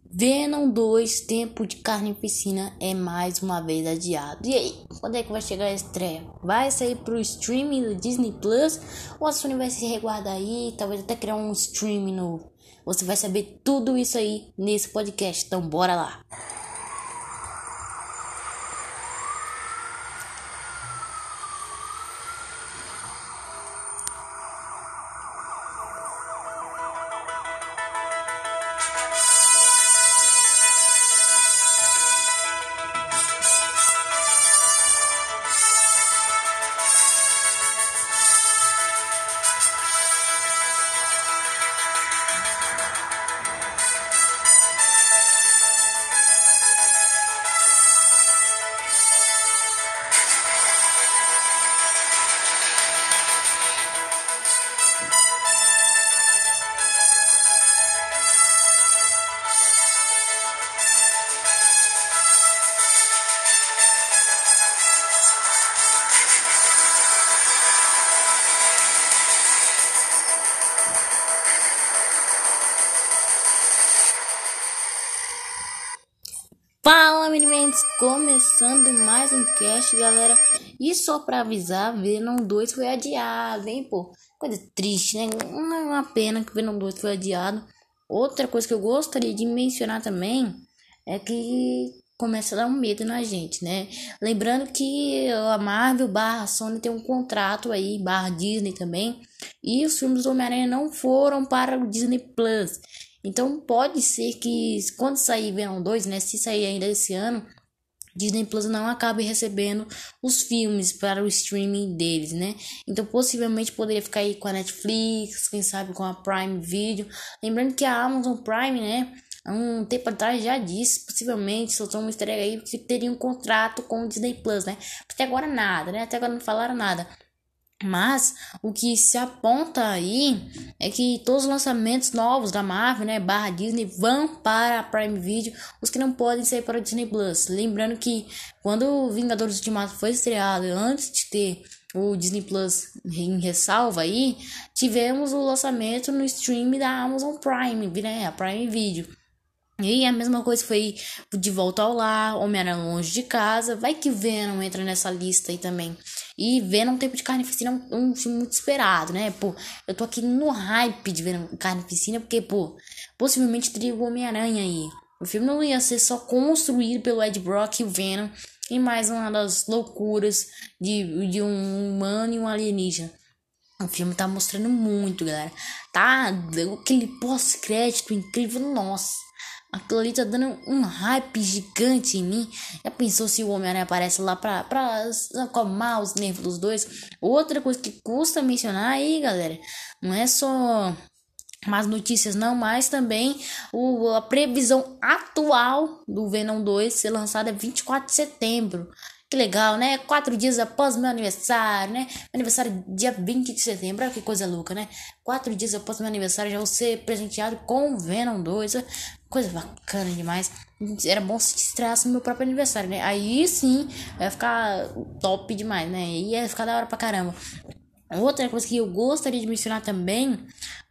Venom 2, Tempo de Carnificina é mais uma vez adiado. E aí, quando é que vai chegar a estreia? Vai sair pro streaming do Disney Plus? Ou a Sony vai se reguardar aí, talvez até criar um streaming novo? Você vai saber tudo isso aí nesse podcast, então bora lá! Fala, meninos, começando mais um cast, galera. E só pra avisar, Venom 2 foi adiado, hein, pô. Coisa triste, né? Uma pena que Venom 2 foi adiado. Outra coisa que eu gostaria de mencionar também é que começa a dar um medo na gente, né? Lembrando que a Marvel barra Sony tem um contrato aí, barra Disney também. E os filmes do Homem-Aranha não foram para o Disney Plus. Então pode ser que quando sair Venom 2, né, se sair ainda esse ano, Disney Plus não acabe recebendo os filmes para o streaming deles, né? Então possivelmente poderia ficar aí com a Netflix, quem sabe com a Prime Video. Lembrando que a Amazon Prime, né, há um tempo atrás já disse, possivelmente soltou um easter egg aí que teria um contrato com o Disney Plus, né? Até agora nada, né? Até agora não falaram nada. Mas o que se aponta aí é que todos os lançamentos novos da Marvel, né, barra Disney, vão para a Prime Video, os que não podem sair para o Disney Plus. Lembrando que quando o Vingadores Ultimato foi estreado, antes de ter o Disney Plus em ressalva aí, tivemos o lançamento no stream da Amazon Prime, né, a Prime Video. E a mesma coisa foi De Volta ao Lar, Homem-Aranha Longe de Casa. Vai que Venom entra nessa lista aí também. E Venom Tempo de Carnificina é um filme muito esperado, né? Pô, eu tô aqui no hype de Venom Carnificina porque, pô, possivelmente teria o Homem-Aranha aí. O filme não ia ser só construído pelo Ed Brock e o Venom e mais uma das loucuras de um humano e um alienígena. O filme tá mostrando muito, galera. Tá, aquele pós-crédito incrível, nossa. Aquilo ali tá dando um hype gigante em mim. Já pensou se o Homem-Aranha aparece lá pra acalmar os nervos dos dois? Outra coisa que custa mencionar aí, galera, não é só mais notícias não, mas também a previsão atual do Venom 2 ser lançada é 24 de setembro. Que legal, né? 4 dias após meu aniversário, né? Meu aniversário dia 20 de setembro. Olha que coisa louca, né? 4 dias após meu aniversário já vou ser presenteado com Venom 2. Coisa bacana demais. Era bom se estreasse no meu próprio aniversário, né? Aí sim, vai ficar top demais, né? Ia ficar da hora pra caramba. Outra coisa que eu gostaria de mencionar também,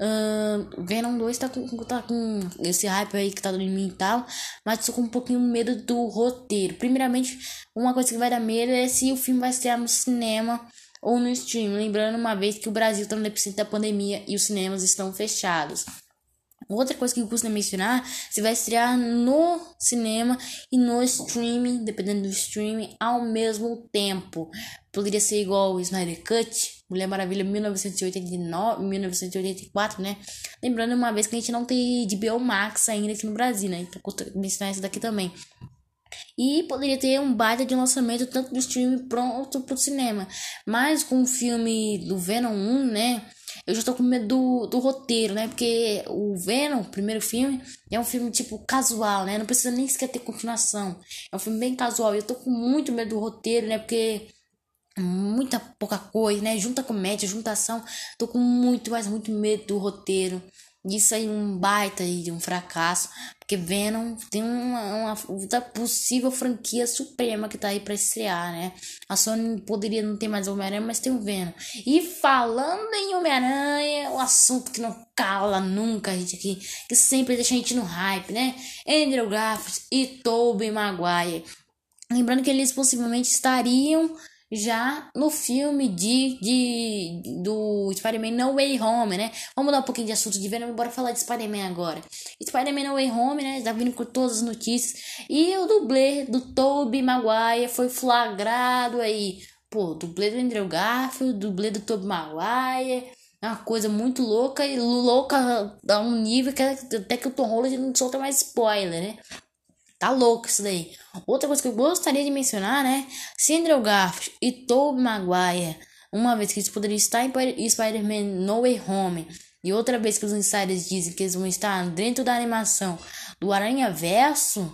Venom 2 tá com esse hype aí que tá dando em mim e tal, mas tô com um pouquinho medo do roteiro. Primeiramente, uma coisa que vai dar medo é se o filme vai estrear no cinema ou no stream. Lembrando uma vez que o Brasil tá no epicentro da pandemia e os cinemas estão fechados. Outra coisa que eu custa mencionar, se vai estrear no cinema e no streaming, dependendo do streaming, ao mesmo tempo. Poderia ser igual o Snyder Cut, Mulher Maravilha 1989, 1984, né? Lembrando uma vez que a gente não tem HBO Max ainda aqui no Brasil, né? Então custa mencionar isso daqui também. E poderia ter um baita de lançamento tanto do streaming pronto pro cinema. Mas com o filme do Venom 1, né? Eu já tô com medo do roteiro, né? Porque o Venom, o primeiro filme, é um filme tipo casual, né? Não precisa nem sequer ter continuação. É um filme bem casual. E eu tô com muito medo do roteiro, né? Porque muita pouca coisa, né? Junta comédia, junta ação. Tô com muito, mas muito medo do roteiro. Isso aí um baita aí de um fracasso, porque Venom tem uma possível franquia suprema que tá aí pra estrear, né? A Sony poderia não ter mais Homem-Aranha, mas tem o Venom. E falando em Homem-Aranha, o assunto que não cala nunca a gente aqui, que sempre deixa a gente no hype, né? Andrew Garfield e Tobey Maguire. Lembrando que eles possivelmente estariam já no filme do Spider-Man No Way Home, né? Vamos mudar um pouquinho de assunto de Venom, bora falar de Spider-Man agora. Spider-Man No Way Home, né? Tá vindo com todas as notícias. E o dublê do Tobey Maguire foi flagrado aí. Pô, dublê do Andrew Garfield, dublê do Tobey Maguire. É uma coisa muito louca e louca a um nível que até que o Tom Holland não solta mais spoiler, né? Tá louco isso daí. Outra coisa que eu gostaria de mencionar, né? Se Andrew Garfield e Tobey Maguire, uma vez que eles poderiam estar em Spider-Man No Way Home, e outra vez que os insiders dizem que eles vão estar dentro da animação do Aranha-Verso,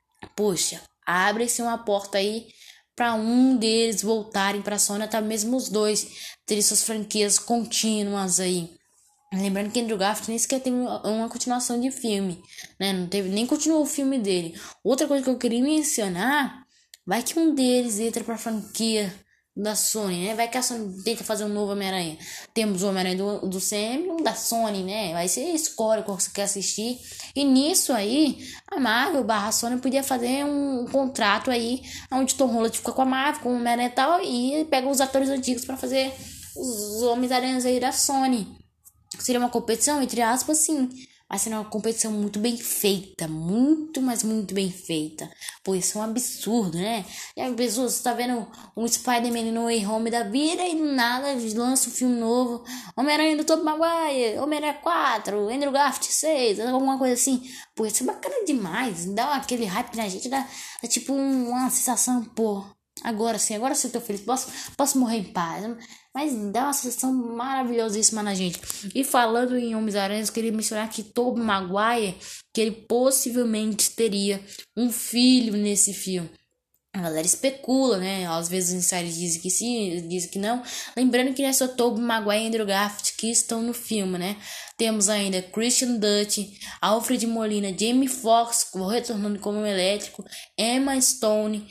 poxa, abre-se uma porta aí para um deles voltarem para a Sony, até mesmo os dois terem suas franquias contínuas aí. Lembrando que Andrew Garfield nem sequer tem uma continuação de filme, né? Não teve, nem continuou o filme dele. Outra coisa que eu queria mencionar, vai que um deles entra pra franquia da Sony, né? Vai que a Sony tenta fazer um novo Homem-Aranha. Temos o Homem-Aranha do Sam e um da Sony, né? Vai ser escolhe qual você quer assistir. E nisso aí, a Marvel / Sony podia fazer um contrato aí, onde Tom Holland fica com a Marvel, com o Homem-Aranha e tal, e pega os atores antigos pra fazer os Homens-Aranhas aí da Sony. Seria uma competição, entre aspas, sim. Mas seria uma competição muito bem feita. Muito, mas muito bem feita. Pô, isso é um absurdo, né? E aí, pessoas, você tá vendo um Spider-Man no Way Home da vida e nada, lança um filme novo. Homem-Aranha do Tobey Maguire, Homem-Aranha 4, Andrew Garfield 6, alguma coisa assim. Pô, isso é bacana demais. Dá aquele hype na gente, dá tipo uma sensação, pô. Agora sim eu tô feliz. Posso morrer em paz. Mas dá uma sensação maravilhosíssima na gente. E falando em Homens-Aranhas, eu queria mencionar que Tobey Maguire, que ele possivelmente teria um filho nesse filme. A galera especula, né? Às vezes os insiders dizem que sim, dizem que não. Lembrando que não é só Tobey Maguire e Andrew Garfield que estão no filme, né? Temos ainda Christian Dutch, Alfred Molina, Jamie Foxx retornando como elétrico, Emma Stone,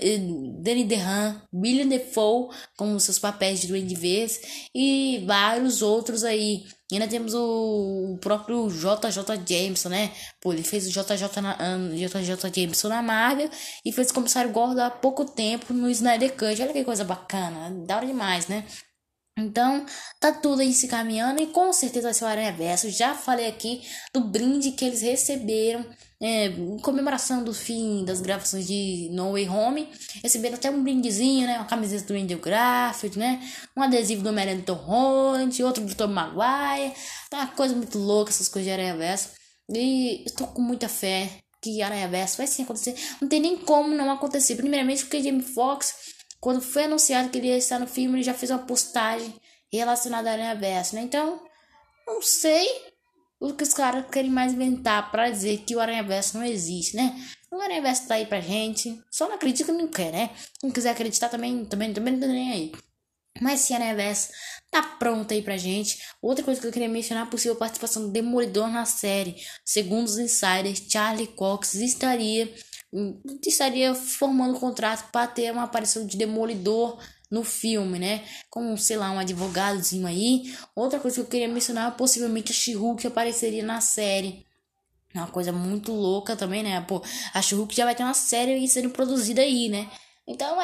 Danny DeHaan, Billy Defoe com seus papéis de Duende Verde e vários outros aí. E ainda temos o próprio JJ Jameson, né? Pô, ele fez o JJ Jameson na Marvel e fez o Comissário Gordon há pouco tempo no Snyder Cut. Olha que coisa bacana, da hora demais, né? Então, tá tudo aí se caminhando e com certeza vai ser o Aranhaverso. Já falei aqui do brinde que eles receberam em comemoração do fim das gravações de No Way Home. Receberam até um brindezinho, né? Uma camiseta do Andrew Garfield, né? Um adesivo do Homem-Aranha do Tom Holland, outro do Tobey Maguire. Tá uma coisa muito louca essas coisas de Aranhaverso. E eu tô com muita fé que Aranhaverso vai sim acontecer. Não tem nem como não acontecer. Primeiramente porque Jamie Foxx, quando foi anunciado que ele ia estar no filme, ele já fez uma postagem relacionada ao Aranhaverso, né? Então, não sei o que os caras querem mais inventar pra dizer que o Aranhaverso não existe, né? O Aranhaverso tá aí pra gente. Só não acredita que não quer, né? Se não quiser acreditar também não tô nem aí. Mas se a Aranhaverso tá pronta aí pra gente. Outra coisa que eu queria mencionar, a possível participação do Demolidor na série. Segundo os insiders, Charlie Cox estaria formando um contrato para ter uma aparição de Demolidor no filme, né? Como, sei lá, um advogadozinho aí. Outra coisa que eu queria mencionar, possivelmente a She-Hulk apareceria na série. É uma coisa muito louca também, né? Pô, a She-Hulk já vai ter uma série sendo produzida aí, né? Então,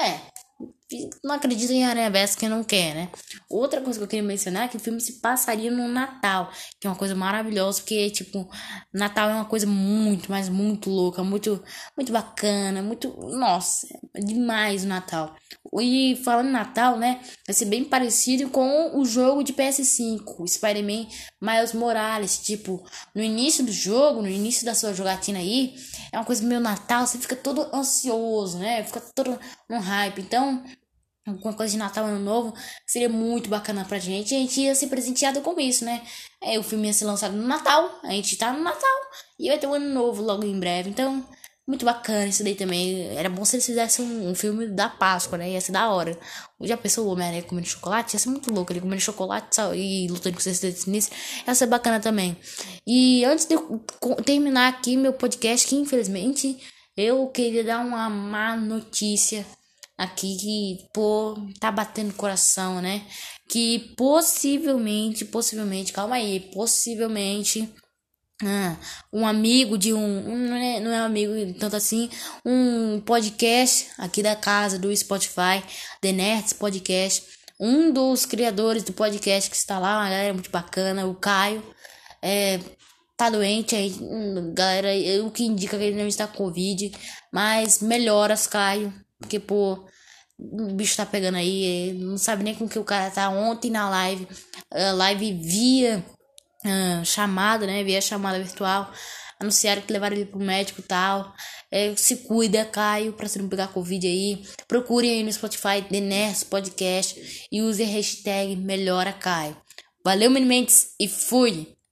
não acredito em Aranhaverso quem não quer, né? Outra coisa que eu queria mencionar é que o filme se passaria no Natal, que é uma coisa maravilhosa, porque, tipo, Natal é uma coisa muito, mas muito louca, muito, muito bacana, muito, nossa, é demais o Natal. E falando em Natal, né, vai ser bem parecido com o jogo de PS5, o Spider-Man Miles Morales, tipo, no início do jogo, no início da sua jogatina aí, é uma coisa meio Natal, você fica todo ansioso, né, fica todo no hype, então alguma coisa de Natal, Ano Novo, seria muito bacana pra gente. E a gente ia ser presenteado com isso, né? O filme ia ser lançado no Natal, a gente tá no Natal, e vai ter um Ano Novo logo em breve. Então, Muito bacana isso daí também. Era bom se eles fizessem um filme da Páscoa, né? Ia ser da hora. Já pensou o Homem-Aranha comendo chocolate? Ia ser muito louco ele comendo chocolate e lutando com o Sexteto Sinistro. Ia ser bacana também. E antes de eu terminar aqui meu podcast, que infelizmente eu queria dar uma má notícia aqui que, pô, tá batendo o coração, né? Que possivelmente, calma aí, possivelmente um amigo de não é um amigo tanto assim, um podcast aqui da casa do Spotify, The Nerds Podcast, um dos criadores do podcast que está lá, uma galera muito bacana, o Caio, é, tá doente aí, galera, o que indica que ele não está com Covid, mas melhoras, Caio, porque, pô, o bicho tá pegando aí, não sabe nem com que o cara tá ontem na live, live via chamada, né? Via chamada virtual. Anunciaram que levaram ele pro médico e tal. Se cuida, Caio, pra você não pegar Covid aí. Procurem aí no Spotify, The Nerds Podcast. E use a hashtag Melhora Caio. Valeu, Mini Mentes, e fui!